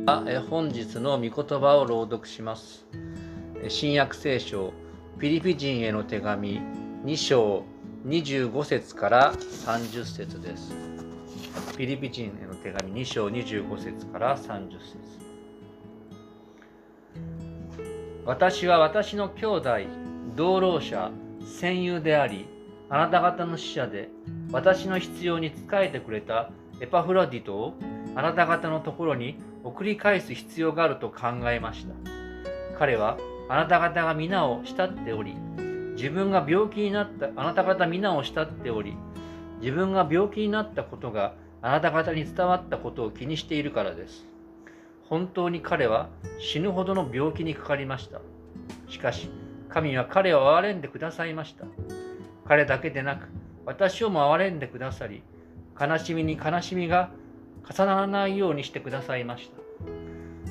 本日の御言葉を朗読します。新約聖書フィリピ人への手紙2章25節から30節です。フィリピ人への手紙2章25節から30節。私は私の兄弟、同労者、戦友であり、あなた方の使者で、私の必要に仕えてくれたエパフロディトをあなた方のところに送り返す必要があると考えました。彼はあなた方が皆を慕っており、自分が病気になったあなた方皆を慕っており、自分が病気になったことがあなた方に伝わったことを気にしているからです。本当に彼は死ぬほどの病気にかかりました。しかし、神は彼を憐れんでくださいました。彼だけでなく、私をも憐れんでくださり、悲しみに悲しみが重ならないようにしてくださいました。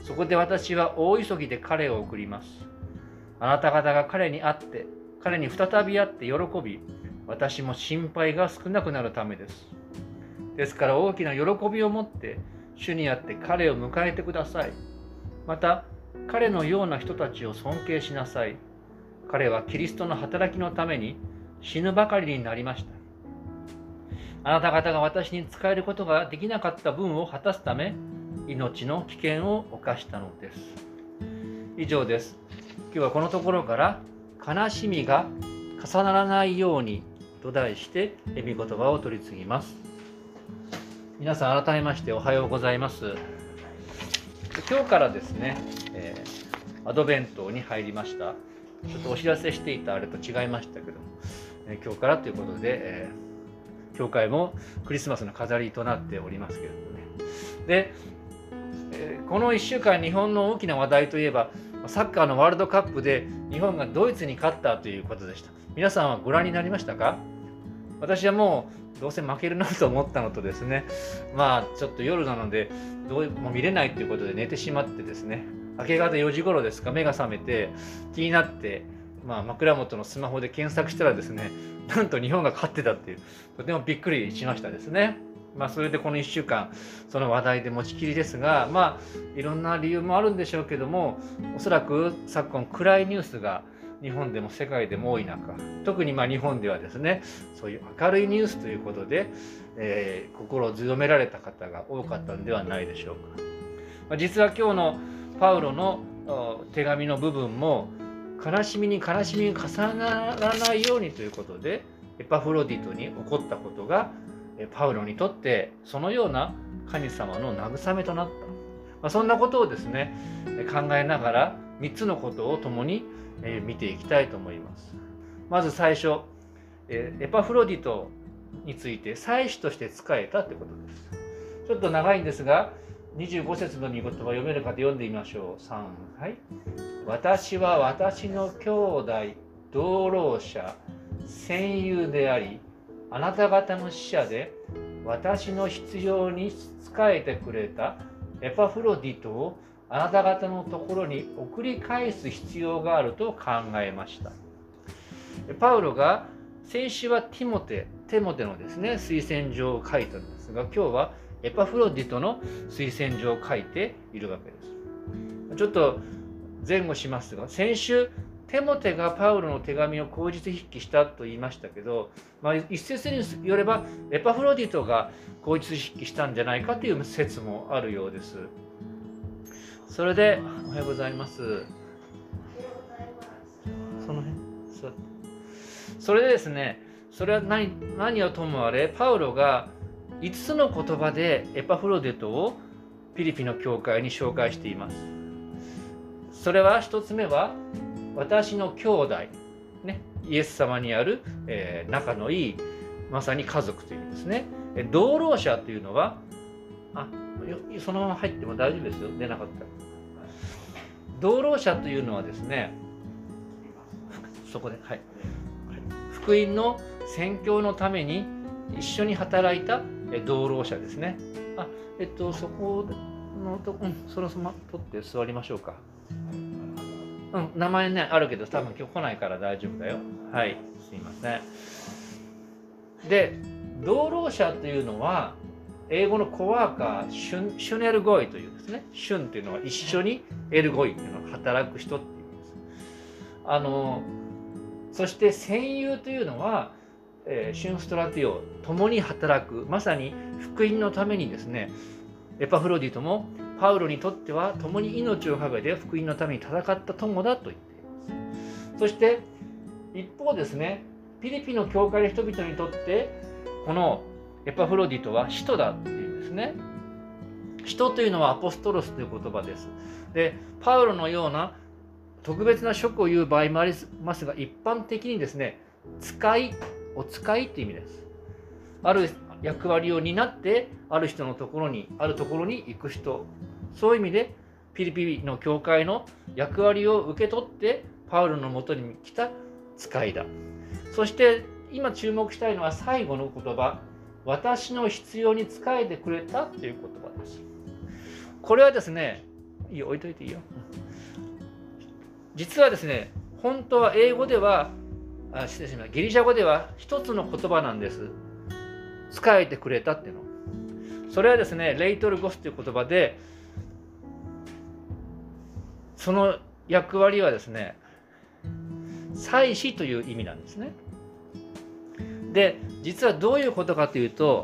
そこで私は大急ぎで彼を送ります。あなた方が彼に再び会って喜び、私も心配が少なくなるためです。ですから大きな喜びを持って主にあって彼を迎えてください。また彼のような人たちを尊敬しなさい。彼はキリストの働きのために死ぬばかりになりました。あなた方が私に仕えることができなかった分を果たすため、命の危険を冒したのです。以上です。今日はこのところから悲しみが重ならないようにと題して御言葉を取り次ぎます。皆さん改めましておはようございます。今日からですね、アドベントに入りました。ちょっとお知らせしていたあれと違いましたけども、今日からということで、教会もクリスマスの飾りとなっておりますけれどもね。で、この1週間日本の大きな話題といえばサッカーのワールドカップで日本がドイツに勝ったということでした。皆さんはご覧になりましたか？私はもうどうせ負けるなと思ったのとですね、ちょっと夜なのでもう見れないということで寝てしまってですね、明け方4時頃ですか、目が覚めて気になって、枕元のスマホで検索したらですね、なんと日本が勝ってたっていう、とてもびっくりしましたですね。それでこの1週間その話題で持ちきりですが、いろんな理由もあるんでしょうけども、おそらく昨今暗いニュースが日本でも世界でも多い中、特に日本ではですね、そういう明るいニュースということで、心を強められた方が多かったんではないでしょうか。実は今日のパウロの手紙の部分も、悲しみに悲しみが重ならないようにということで、エパフロディトに起こったことがパウロにとってそのような神様の慰めとなった、そんなことをですね考えながら3つのことを共に見ていきたいと思います。まず最初、エパフロディトについて祭司として仕えたということです。ちょっと長いんですが、25節の御言葉読める方読んでみましょう。3、はい。私は私の兄弟、同労者、戦友であり、あなた方の使者で私の必要に仕えてくれたエパフロディトをあなた方のところに送り返す必要があると考えました。パウロが先週はテモテのですね推薦状を書いたんですが、今日はエパフロディトの推薦状を書いているわけです。ちょっと前後しますが、先週テモテがパウロの手紙を口実筆記したと言いましたけど、一説によればエパフロディトが口実筆記したんじゃないかという説もあるようです。それでおはようございます。その辺座って。それでですね、それは何はともあれ、パウロが5つの言葉でエパフロディトをフィリピの教会に紹介しています。それは1つ目は私の兄弟、イエス様にある、仲のいいまさに家族という意味ですね。同労者というのはそのまま入っても大丈夫ですよ、出なかったら。同労者というのはですね、そこで、はい、福音の宣教のために一緒に働いた同労者ですね。そこのとこ、そろそろ取って座りましょうか。名前ねあるけど多分今日来ないから大丈夫だよ。はい、すいません。で、同労者というのは英語のコワーカー、シュネルゴイというですね、シュンというのは一緒に、エルゴイというのは働く人っていう意味です。そして戦友というのは、シュンストラティオ、共に働く、まさに福音のためにですね、エパフロディトもパウロにとっては共に命を懸けて福音のために戦った友だと言っています。そして一方ですね、ピリピの教会の人々にとってこのエパフロディトは使徒だっていうんですね。使徒というのはアポストロスという言葉です。で、パウロのような特別な職を言う場合もありますが、一般的にですね、お使いという意味です。ある役割を担ってある人のところに行く人、そういう意味でピリピの教会の役割を受け取ってパウロのもとに来た使いだ。そして今注目したいのは最後の言葉、私の必要に仕えてくれたという言葉です。これはですね、いいよ、置いといていいよ。実はですね、本当は英語では失礼しました、ギリシャ語では一つの言葉なんです。仕えてくれたっていうの。それはですね、レイトルゴスという言葉で、その役割はですね、祭司という意味なんですね。で、実はどういうことかというと、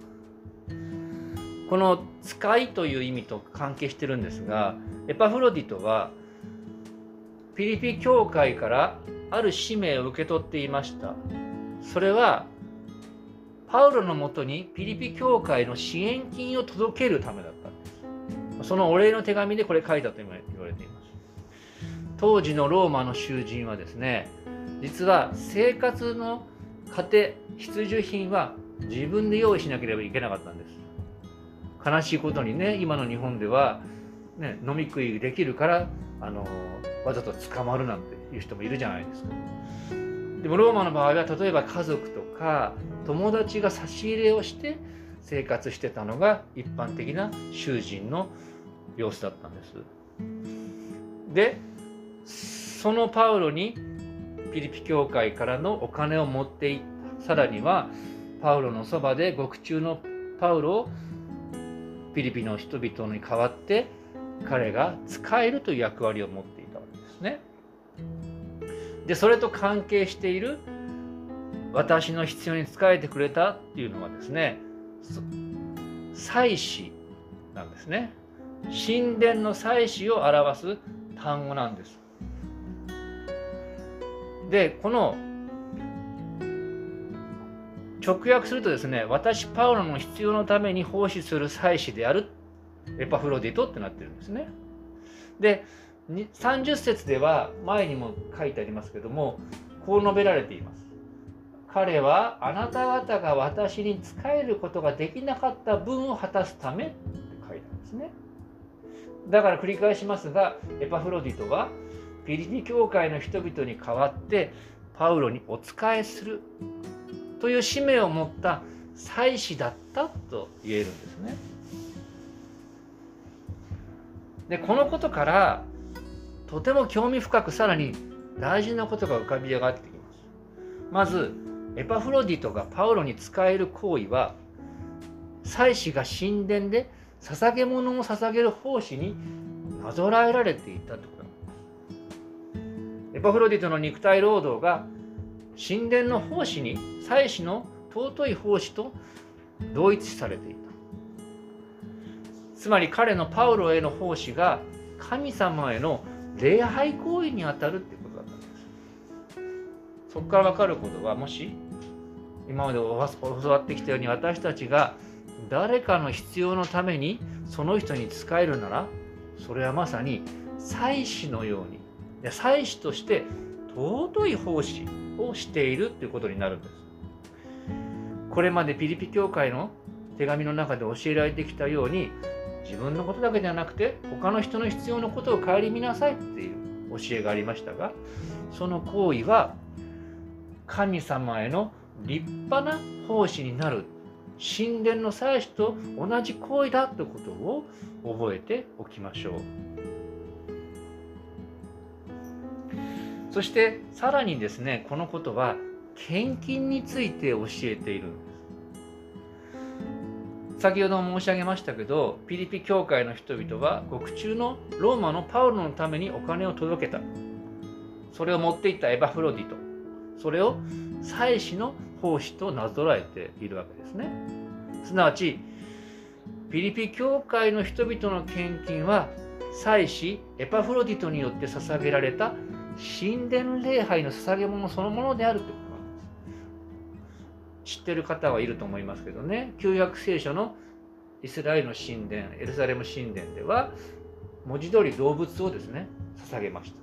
この使いという意味と関係してるんですが、エパフロディトはピリピ教会からある使命を受け取っていました。それはパウロのもとにピリピ教会の支援金を届けるためだったんです。そのお礼の手紙でこれ書いたと言われています。当時のローマの囚人はですね、実は生活の糧、必需品は自分で用意しなければいけなかったんです。悲しいことにね、今の日本では、ね、飲み食いできるからわざと捕まるなんていう人もいるじゃないですか。でもローマの場合は例えば家族とか友達が差し入れをして生活してたのが一般的な囚人の様子だったんです。で、そのパウロにピリピ教会からのお金を持っていった。さらにはパウロのそばで獄中のパウロをピリピの人々に代わって彼が使えるという役割を持っていたわけですね。で、それと関係している私の必要に仕えてくれたっていうのはですね、祭司なんですね。神殿の祭司を表す単語なんです。で、この直訳するとですね、私パウロの必要のために奉仕する祭司であるエパフロディトってなってるんですね。で、30節では前にも書いてありますけども、こう述べられています。彼はあなた方が私に仕えることができなかった分を果たすためって書いてあるんですね。だから繰り返しますが、エパフロディトはピリピ教会の人々に代わってパウロにお仕えするという使命を持った祭司だったと言えるんですね。で、このことからとても興味深く、さらに大事なことが浮かび上がってきます。まずエパフロディトがパウロに仕える行為は、祭司が神殿で捧げ物を捧げる奉仕になぞらえられていたということなんです。エパフロディトの肉体労働が神殿の奉仕に、祭司の尊い奉仕と同一視されていた。つまり彼のパウロへの奉仕が神様への礼拝行為にあたるということだったんです。そこから分かることは、もし今まで教わってきたように私たちが誰かの必要のためにその人に仕えるなら、それはまさに祭司のように、祭司として尊い奉仕をしているということになるんです。これまでピリピ教会の手紙の中で教えられてきたように、自分のことだけではなくて他の人の必要なことを顧みなさいっていう教えがありましたが、その行為は神様への立派な奉仕になる神殿の祭司と同じ行為だということを覚えておきましょう。そしてさらにですね、このことは献金について教えているんです。 先ほども申し上げましたけど、ピリピ教会の人々は獄中のローマのパウロのためにお金を届けた。それを持っていったエパフロディト、それを祭司の奉仕となぞらえているわけですね。すなわちピリピ教会の人々の献金は祭司エパフロディトによって捧げられた神殿礼拝の捧げ物そのものであるということなんです。知っている方はいると思いますけどね、旧約聖書のイスラエルの神殿、エルサレム神殿では文字通り動物をですね捧げました。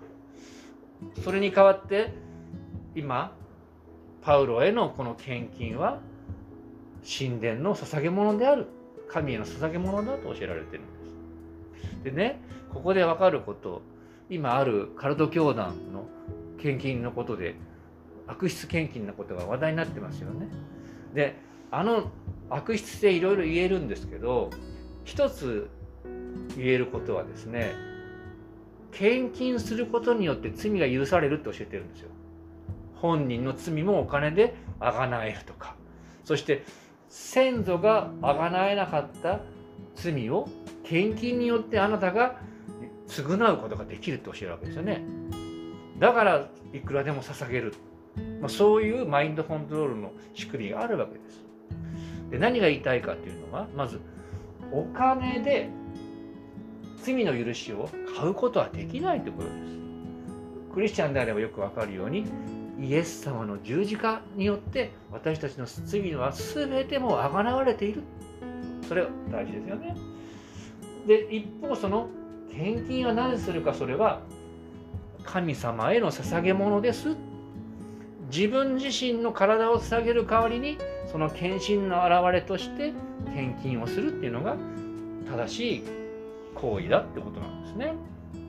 それに代わって今パウロへのこの献金は神殿の捧げ物である、神への捧げ物だと教えられているんです。でね、ここで分かること、今あるカルト教団の献金のことで悪質献金のことが話題になってますよね。で、悪質性いろいろ言えるんですけど、一つ言えることはですね、献金することによって罪が許されるって教えてるんですよ。本人の罪もお金で贖えるとか、そして先祖が贖えなかった罪を献金によってあなたが償うことができると教えるわけですよね。だからいくらでも捧げる、そういうマインドコントロールの仕組みがあるわけです。で、何が言いたいかというのは、まずお金で罪の許しを買うことはできないということです。クリスチャンであればよくわかるように、イエス様の十字架によって私たちの罪は全てもうあがなわれている。それは大事ですよね。で、一方その献金は何するか、それは神様への捧げ物です。自分自身の体を捧げる代わりにその献身の表れとして献金をするっていうのが正しい行為だってことなんですね。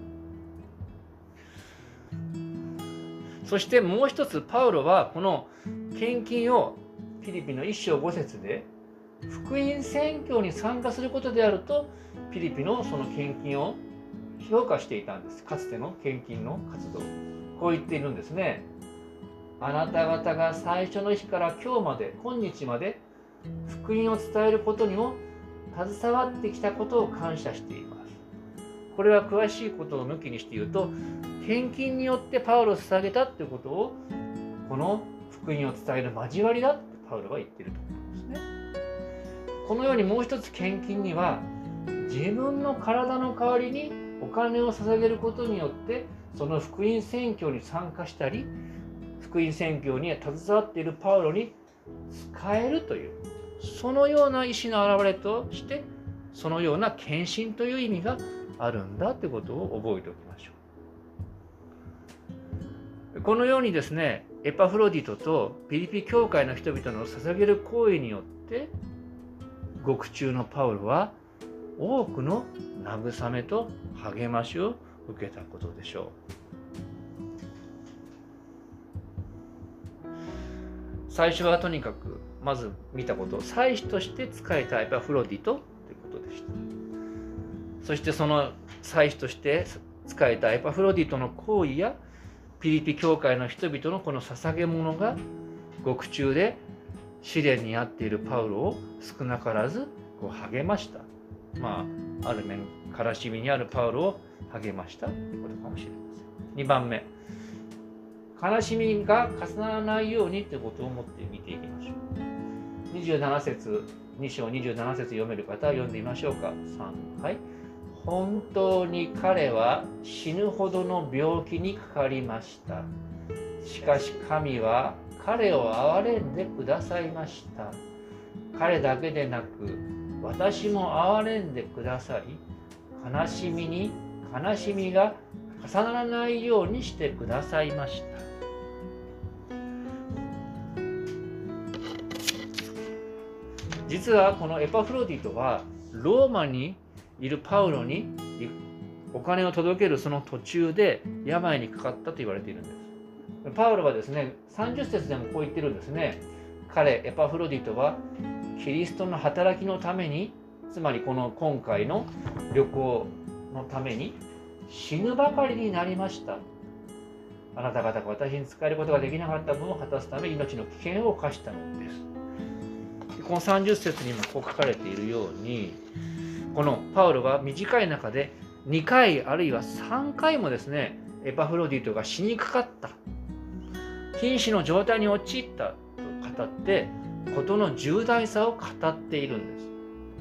そしてもう一つ、パウロはこの献金をフィリピの1章5節で福音宣教に参加することであるとフィリピのその献金を評価していたんです。かつての献金の活動、こう言っているんですね。あなた方が最初の日から今日まで、今日まで福音を伝えることにも携わってきたことを感謝しています。これは詳しいことを抜きにして言うと、献金によってパウロを捧げたということをこの福音を伝える交わりだってパウロは言っていると思うんですね。このようにもう一つ、献金には自分の体の代わりにお金を捧げることによってその福音宣教に参加したり、福音宣教に携わっているパウロに使えるという、そのような意志の表れとしてそのような献身という意味があるんだということを覚えておきましょう。このようにですね、エパフロディトとピリピ教会の人々の捧げる行為によって獄中のパウロは多くの慰めと励ましを受けたことでしょう。最初はとにかくまず見たこと、祭司として仕えたエパフロディトということでした。そしてその祭司として仕えたエパフロディトの行為やピリピ教会の人々のこの捧げ物が獄中で試練に遭っているパウロを少なからず励ました。ある面悲しみにあるパウロを励ましたということかもしれません。2番目、悲しみが重ならないようにということを思って見ていきましょう。27節、2章27節読める方は読んでみましょうか。3、はい。本当に彼は死ぬほどの病気にかかりました。しかし神は彼を憐れんでくださいました。彼だけでなく私も憐れんでくださり、悲しみに悲しみが重ならないようにしてくださいました。実はこのエパフロディトはローマにいるパウロにお金を届けるその途中で病にかかったと言われているんです。パウロはですね、30節でもこう言ってるんですね。彼エパフロディトはキリストの働きのために、つまりこの今回の旅行のために死ぬばかりになりました。あなた方が私に仕えることができなかった分を果たすため命の危険を冒したのです。 この30節にもこう書かれているように、このパウロは短い中で2回あるいは3回もですね、エパフロディトが死にかかった、瀕死の状態に陥ったと語って、事の重大さを語っているんです。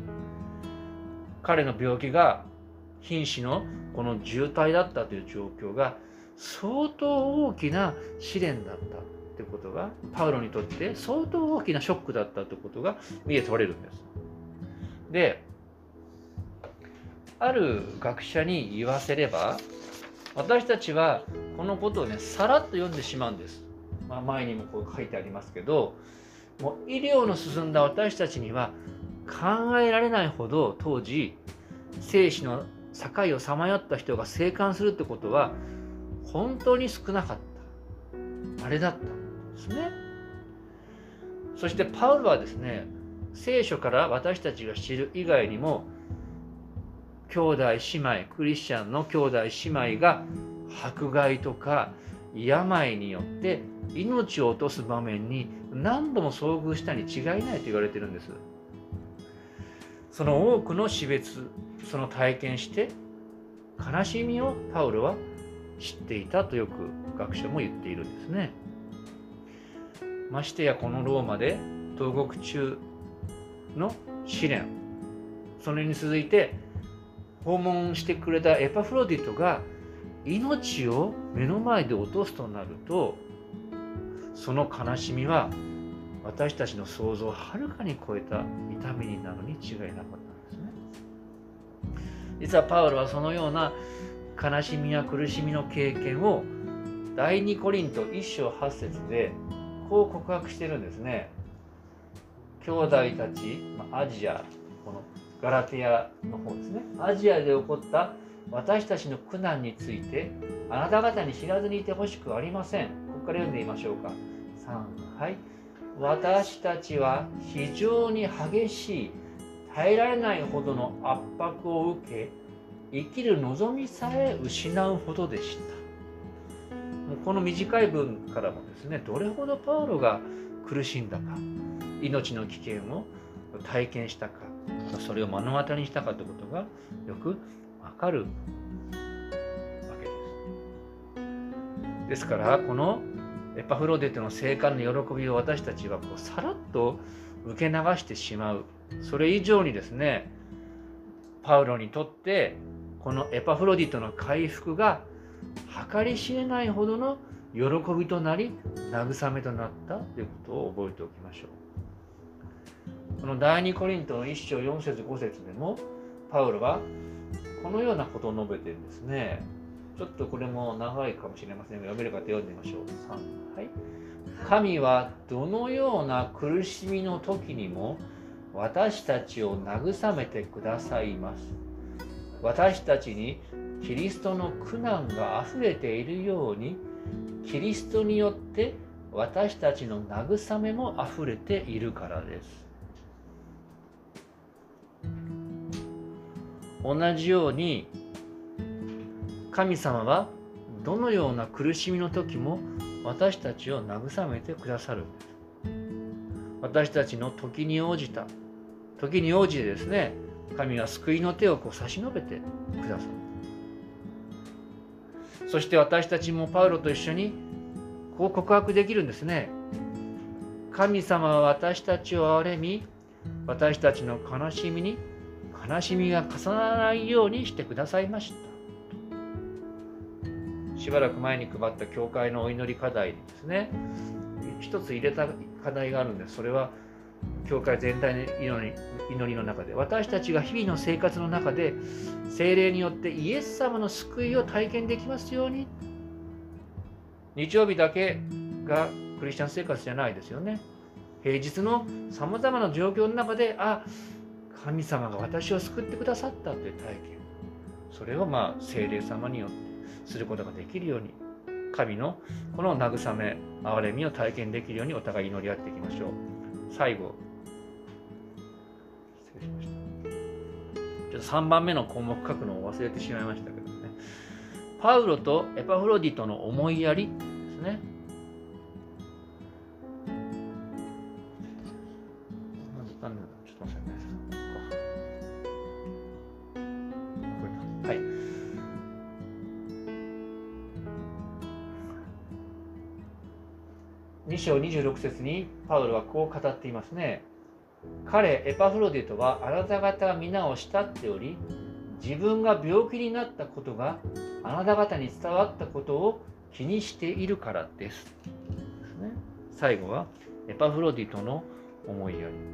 彼の病気が瀕死のこの重体だったという状況が相当大きな試練だったということが、パウロにとって相当大きなショックだったということが見え取れるんです。で、ある学者に言わせれば、私たちはこのことをね、さらっと読んでしまうんです。前にもこう書いてありますけど、もう医療の進んだ私たちには考えられないほど、当時生死の境をさまよった人が生還するってことは本当に少なかった、あれだったんですね。そしてパウロはですね、聖書から私たちが知る以外にも、兄弟姉妹、クリスチャンの兄弟姉妹が迫害とか病によって命を落とす場面に何度も遭遇したに違いないと言われているんです。その多くの死別、その体験して悲しみをパウロは知っていたとよく学者も言っているんですね。ましてやこのローマで投獄中の試練、それに続いて訪問してくれたエパフロディトが命を目の前で落とすとなると、その悲しみは私たちの想像をはるかに超えた痛みになるに違いなかったんですね。実はパウロはそのような悲しみや苦しみの経験を第2コリント1章8節でこう告白してるんですね。兄弟たち、アジア、このガラテヤの方ですね、アジアで起こった私たちの苦難についてあなた方に知らずにいてほしくありません。ここから読んでみましょうか。3、はい。私たちは非常に激しい、耐えられないほどの圧迫を受け、生きる望みさえ失うほどでした。もうこの短い文からもですね、どれほどパウロが苦しんだか、命の危険を体験したか、それを目の当たりにしたかということがよくわかるわけです。ですからこのエパフロディトの生還の喜びを私たちはこうさらっと受け流してしまう。それ以上にですね、パウロにとってこのエパフロディトの回復が計り知れないほどの喜びとなり慰めとなったということを覚えておきましょう。この第2コリントの1章4節5節でもパウロはこのようなことを述べているんですね。ちょっとこれも長いかもしれませんが、読める方読んでみましょう。3、はい。神はどのような苦しみの時にも私たちを慰めてくださいます。私たちにキリストの苦難があふれているように、キリストによって私たちの慰めもあふれているからです。同じように神様はどのような苦しみの時も私たちを慰めてくださるんです。私たちの時に応じてですね、神は救いの手を差し伸べてくださる。そして私たちもパウロと一緒にこう告白できるんですね。神様は私たちを憐れみ、私たちの悲しみに悲しみが重ならないようにしてくださいました。しばらく前に配った教会のお祈り課題にですね、一つ入れた課題があるんです。それは教会全体の祈りの中で、私たちが日々の生活の中で聖霊によってイエス様の救いを体験できますように。日曜日だけがクリスチャン生活じゃないですよね。平日のさまざまな状況の中で、神様が私を救ってくださったという体験、それを聖霊様によってすることができるように、神のこの慰め、憐れみを体験できるようにお互い祈り合っていきましょう。最後、失礼しました。ちょっと3番目の項目書くのを忘れてしまいましたけどね。パウロとエパフロディトの思いやりですね。 2章26節にパウロはこう語っていますね。彼、エパフロディトはあなた方が皆を慕っており、自分が病気になったことがあなた方に伝わったことを気にしているからです。ですね。最後はエパフロディトの思いやり。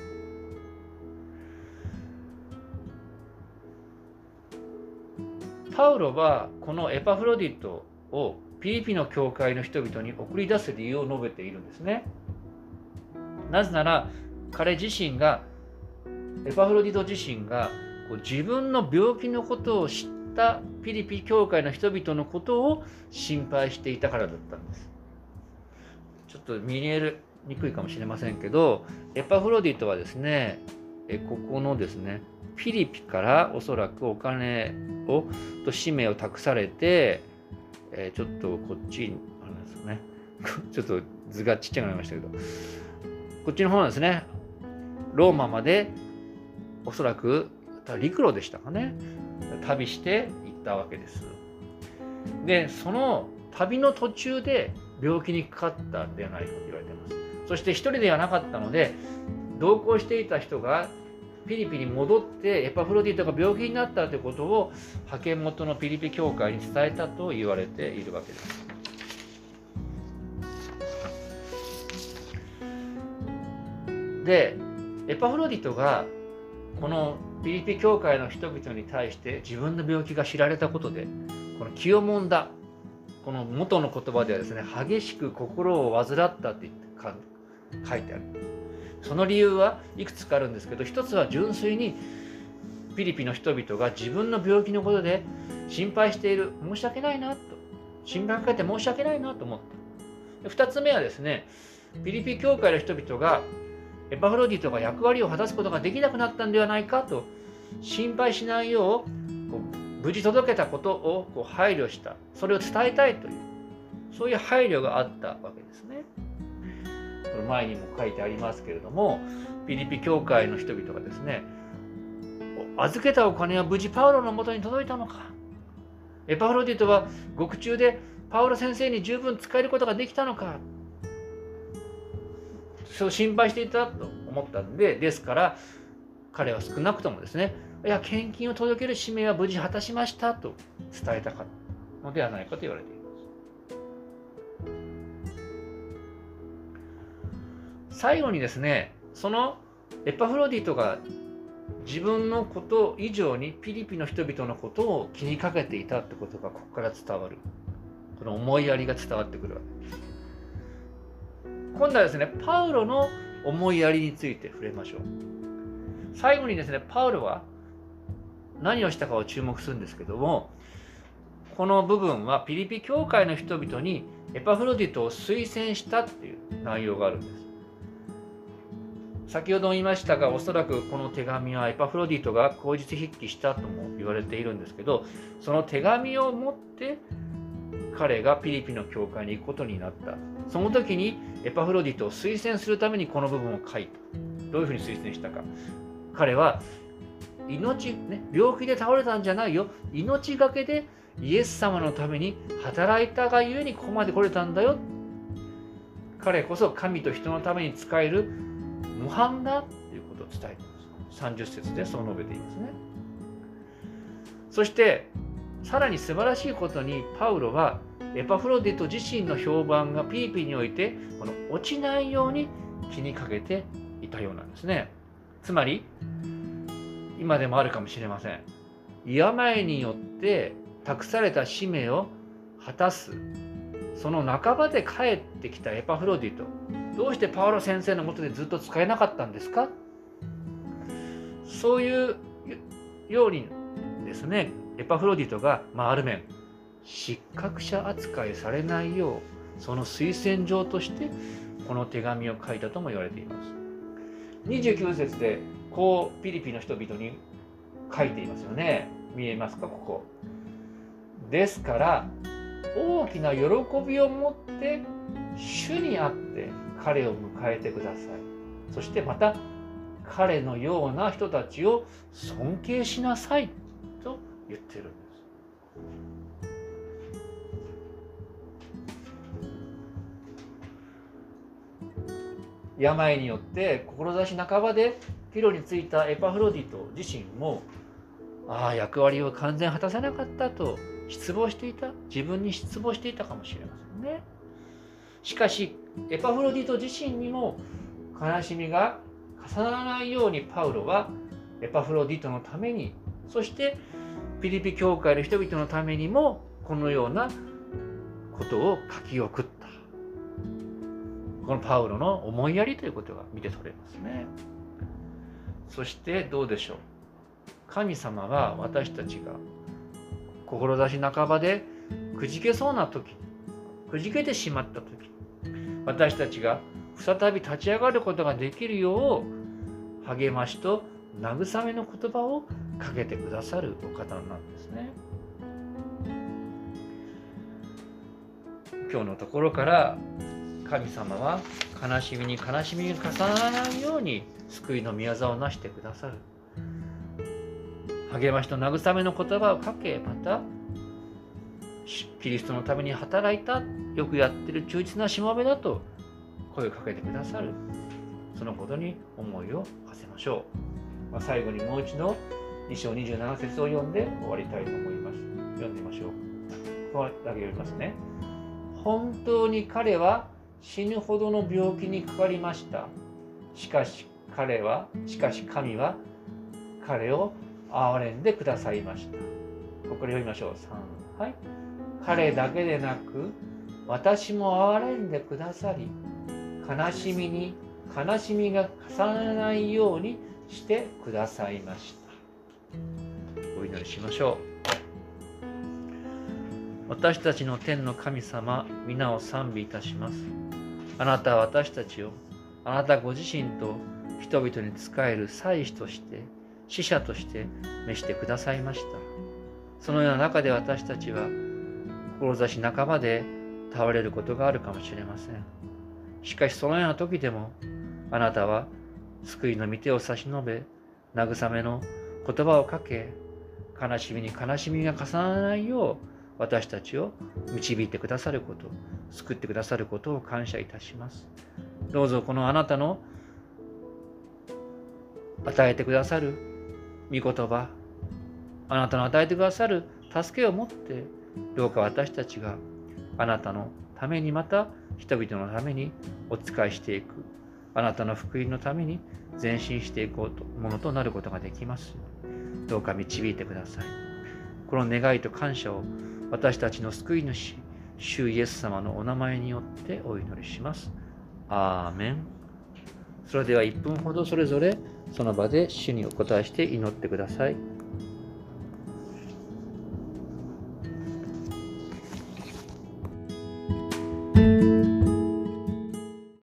パウロはこのエパフロディトをピリピの教会の人々に送り出す理由を述べているんですね。なぜなら彼自身が、エパフロディト自身が自分の病気のことを知ったピリピ教会の人々のことを心配していたからだったんです。ちょっと見えにくいかもしれませんけど、エパフロディトはですね、ここのですね、ピリピからおそらくお金と使命を託されて、ちょっとこっちなんですよね。ちょっと図がちっちゃくなりましたけど、こっちの方なんですね。ローマまでおそらく陸路でしたかね、旅して行ったわけです。で、その旅の途中で病気にかかったんではないかと言われています。そして一人ではなかったので、同行していた人がピリピに戻ってエパフロディトが病気になったということを派遣元のピリピ教会に伝えたと言われているわけです。で、エパフロディトがこのピリピ教会の人々に対して自分の病気が知られたことで、この気をもんだ、この元の言葉ではですね、激しく心を患ったって書いてある。その理由はいくつかあるんですけど、一つは純粋にピリピの人々が自分の病気のことで心配している、申し訳ないなと、心配かけて申し訳ないなと思った。二つ目はですね、ピリピ教会の人々がエパフロディトが役割を果たすことができなくなったんではないかと心配しないよう、無事届けたことを配慮した、それを伝えたいという、そういう配慮があったわけですね。これ前にも書いてありますけれども、ピリピ教会の人々がですね、預けたお金は無事パウロのもとに届いたのか、エパフロディトは獄中でパウロ先生に十分使えることができたのか、そう心配していたと思ったんで、ですから彼は少なくともですね、いや、献金を届ける使命は無事果たしましたと伝えたかったのではないかと言われています。最後にですね、そのエパフロディトが自分のこと以上にピリピの人々のことを気にかけていたってことがここから伝わる。この思いやりが伝わってくるわけです。今度はですね、パウロの思いやりについて触れましょう。最後にですね、パウロは何をしたかを注目するんですけども、この部分はピリピ教会の人々にエパフロディトを推薦したっていう内容があるんです。先ほども言いましたが、おそらくこの手紙はエパフロディトが口実筆記したとも言われているんですけど、その手紙を持って彼がピリピの教会に行くことになった。その時にエパフロディトを推薦するためにこの部分を書いた。どういうふうに推薦したか。彼は病気で倒れたんじゃないよ。命がけでイエス様のために働いたがゆえにここまで来れたんだよ。彼こそ神と人のために仕える模範だということを伝えています。30節でそう述べていますね。そしてさらに素晴らしいことに、パウロはエパフロディト自身の評判がピリピにおいてこの落ちないように気にかけていたようなんですね。つまり今でもあるかもしれません。病によって託された使命を果たす、その半ばで帰ってきたエパフロディト、どうしてパウロ先生のもとでずっと使えなかったんですか。そういうようにですね、エパフロディトが、ある面失格者扱いされないよう、その推薦状としてこの手紙を書いたとも言われています。29節でこうピリピの人々に書いていますよね。見えますか、ここ。ですから大きな喜びを持って主にあって彼を迎えてください。そしてまた彼のような人たちを尊敬しなさいと言ってるんです。 病によって志半ばで帰路についたエパフロディト自身も、役割を完全果たせなかったと失望していた、自分に失望していたかもしれませんね。しかしエパフロディト自身にも悲しみが重ならないように、パウロはエパフロディトのために、そしてピリピ教会の人々のためにもこのようなことを書き送った。このパウロの思いやりということが見て取れますね。そしてどうでしょう。神様は私たちが志半ばでくじけそうな時、くじけてしまった時、私たちが再び立ち上がることができるよう励ましと慰めの言葉をかけてくださるお方なんですね。今日のところから神様は悲しみに悲しみが重ならないように救いの御業をなしてくださる。励ましと慰めの言葉をかけ、またキリストのために働いた、よくやってる忠実なしもべだと声をかけてくださる。そのことに思いを馳せましょう。最後にもう一度2章27節を読んで終わりたいと思います。読んでみましょう。ここだけ読みますね。本当に彼は死ぬほどの病気にかかりました。しかし神は彼を憐れんでくださいました。ここで読みましょう。3、はい。彼だけでなく私も憐れんでくださり、悲しみに悲しみが重ならないようにしてくださいました。お祈りしましょう。私たちの天の神様、皆を賛美いたします。あなたは私たちを、あなたご自身と人々に仕える祭司として、使者として召してくださいました。そのような中で私たちは、志半ばで倒れることがあるかもしれません。しかしそのような時でも、あなたは救いの御手を差し伸べ、慰めの言葉をかけ、悲しみに悲しみが重ならないよう、私たちを導いてくださること、救ってくださることを感謝いたします。どうぞこのあなたの与えてくださる御言葉、あなたの与えてくださる助けをもって、どうか私たちがあなたのために、また人々のためにお仕えしていく、あなたの福音のために前進していこうとものとなることができます。どうか導いてください。この願いと感謝を私たちの救い主、主イエス様のお名前によってお祈りします。アーメン。それでは1分ほどそれぞれその場で主にお答えして祈ってください。